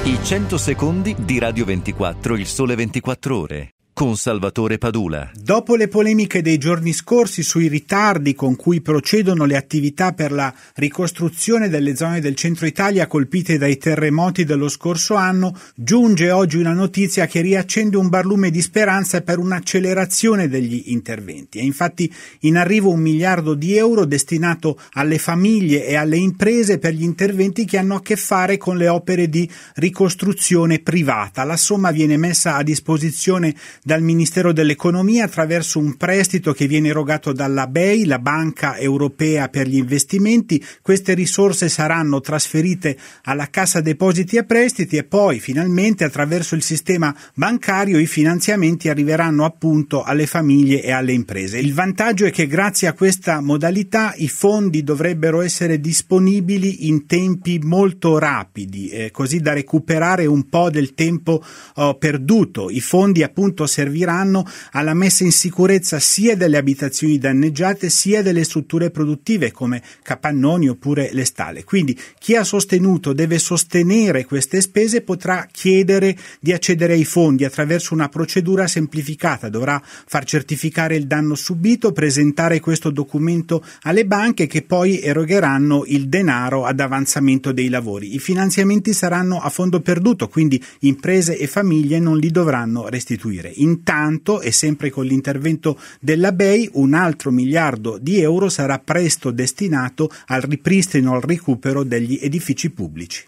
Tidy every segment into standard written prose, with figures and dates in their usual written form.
I 100 secondi di Radio 24, il Sole 24 Ore, con Salvatore Padula. Dopo le polemiche dei giorni scorsi sui ritardi con cui procedono le attività per la ricostruzione delle zone del centro Italia colpite dai terremoti dello scorso anno, giunge oggi una notizia che riaccende un barlume di speranza per un'accelerazione degli interventi. È infatti in arrivo 1 miliardo di euro destinato alle famiglie e alle imprese per gli interventi che hanno a che fare con le opere di ricostruzione privata. La somma viene messa a disposizione dal Ministero dell'Economia attraverso un prestito che viene erogato dalla BEI, la Banca Europea per gli Investimenti. Queste risorse saranno trasferite alla Cassa Depositi e Prestiti e poi finalmente attraverso il sistema bancario i finanziamenti arriveranno appunto alle famiglie e alle imprese. Il vantaggio è che grazie a questa modalità i fondi dovrebbero essere disponibili in tempi molto rapidi, così da recuperare un po' del tempo perduto. I fondi appunto serviranno alla messa in sicurezza sia delle abitazioni danneggiate sia delle strutture produttive come capannoni oppure le stalle. Quindi chi ha sostenuto deve sostenere queste spese, potrà chiedere di accedere ai fondi attraverso una procedura semplificata. Dovrà far certificare il danno subito, presentare questo documento alle banche che poi erogheranno il denaro ad avanzamento dei lavori. I finanziamenti saranno a fondo perduto, quindi imprese e famiglie non li dovranno restituire. Intanto, e sempre con l'intervento della BEI, un altro 1 miliardo di euro sarà presto destinato al ripristino, al recupero degli edifici pubblici.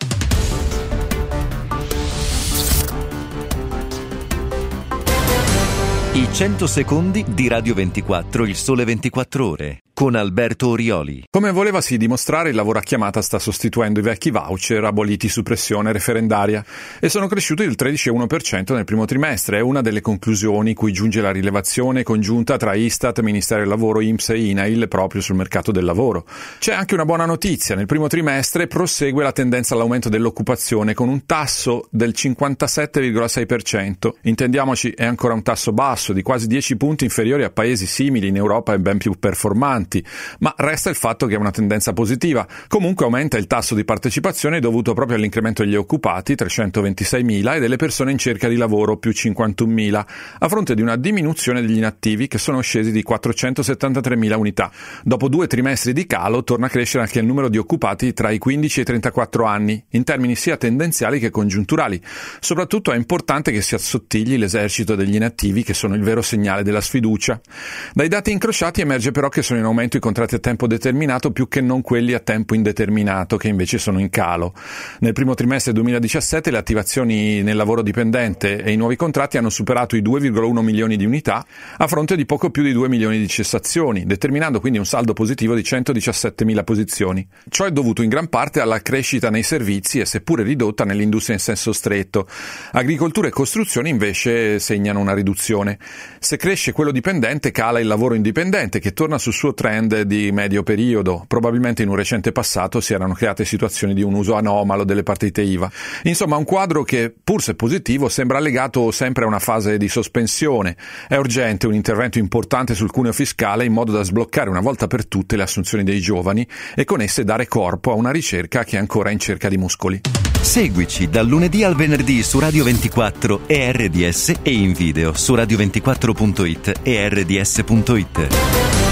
I 100 secondi di Radio 24, il Sole 24 Ore, con Alberto Orioli. Come volevasi dimostrare, il lavoro a chiamata sta sostituendo i vecchi voucher aboliti su pressione referendaria e sono cresciuti del 13,1% nel primo trimestre. È una delle conclusioni cui giunge la rilevazione congiunta tra Istat, Ministero del Lavoro, INPS e INAIL proprio sul mercato del lavoro. C'è anche una buona notizia: nel primo trimestre prosegue la tendenza all'aumento dell'occupazione con un tasso del 57,6%. Intendiamoci, è ancora un tasso basso, di quasi 10 punti inferiori a paesi simili in Europa e ben più performanti, ma resta il fatto che è una tendenza positiva. Comunque aumenta il tasso di partecipazione dovuto proprio all'incremento degli occupati, 326.000, e delle persone in cerca di lavoro, più 51.000, a fronte di una diminuzione degli inattivi che sono scesi di 473.000 unità. Dopo 2 trimestri di calo torna a crescere anche il numero di occupati tra i 15 e i 34 anni, in termini sia tendenziali che congiunturali. Soprattutto è importante che si assottigli l'esercito degli inattivi, che sono il vero segnale della sfiducia. Dai dati incrociati emerge però che sono in aumento i contratti a tempo determinato più che non quelli a tempo indeterminato, che invece sono in calo. Nel primo trimestre 2017 le attivazioni nel lavoro dipendente e i nuovi contratti hanno superato i 2,1 milioni di unità a fronte di poco più di 2 milioni di cessazioni, determinando quindi un saldo positivo di 117.000 posizioni. Ciò è dovuto in gran parte alla crescita nei servizi e seppure ridotta nell'industria in senso stretto. Agricoltura e costruzioni invece segnano una riduzione. Se cresce quello dipendente, cala il lavoro indipendente, che torna sul suo trend di medio periodo. Probabilmente in un recente passato si erano create situazioni di un uso anomalo delle partite IVA. Insomma, un quadro che, pur se positivo, sembra legato sempre a una fase di sospensione. È urgente un intervento importante sul cuneo fiscale in modo da sbloccare una volta per tutte le assunzioni dei giovani e con esse dare corpo a una ricerca che è ancora in cerca di muscoli. Seguici dal lunedì al venerdì su Radio 24 e RDS e in video su radio24.it e rds.it.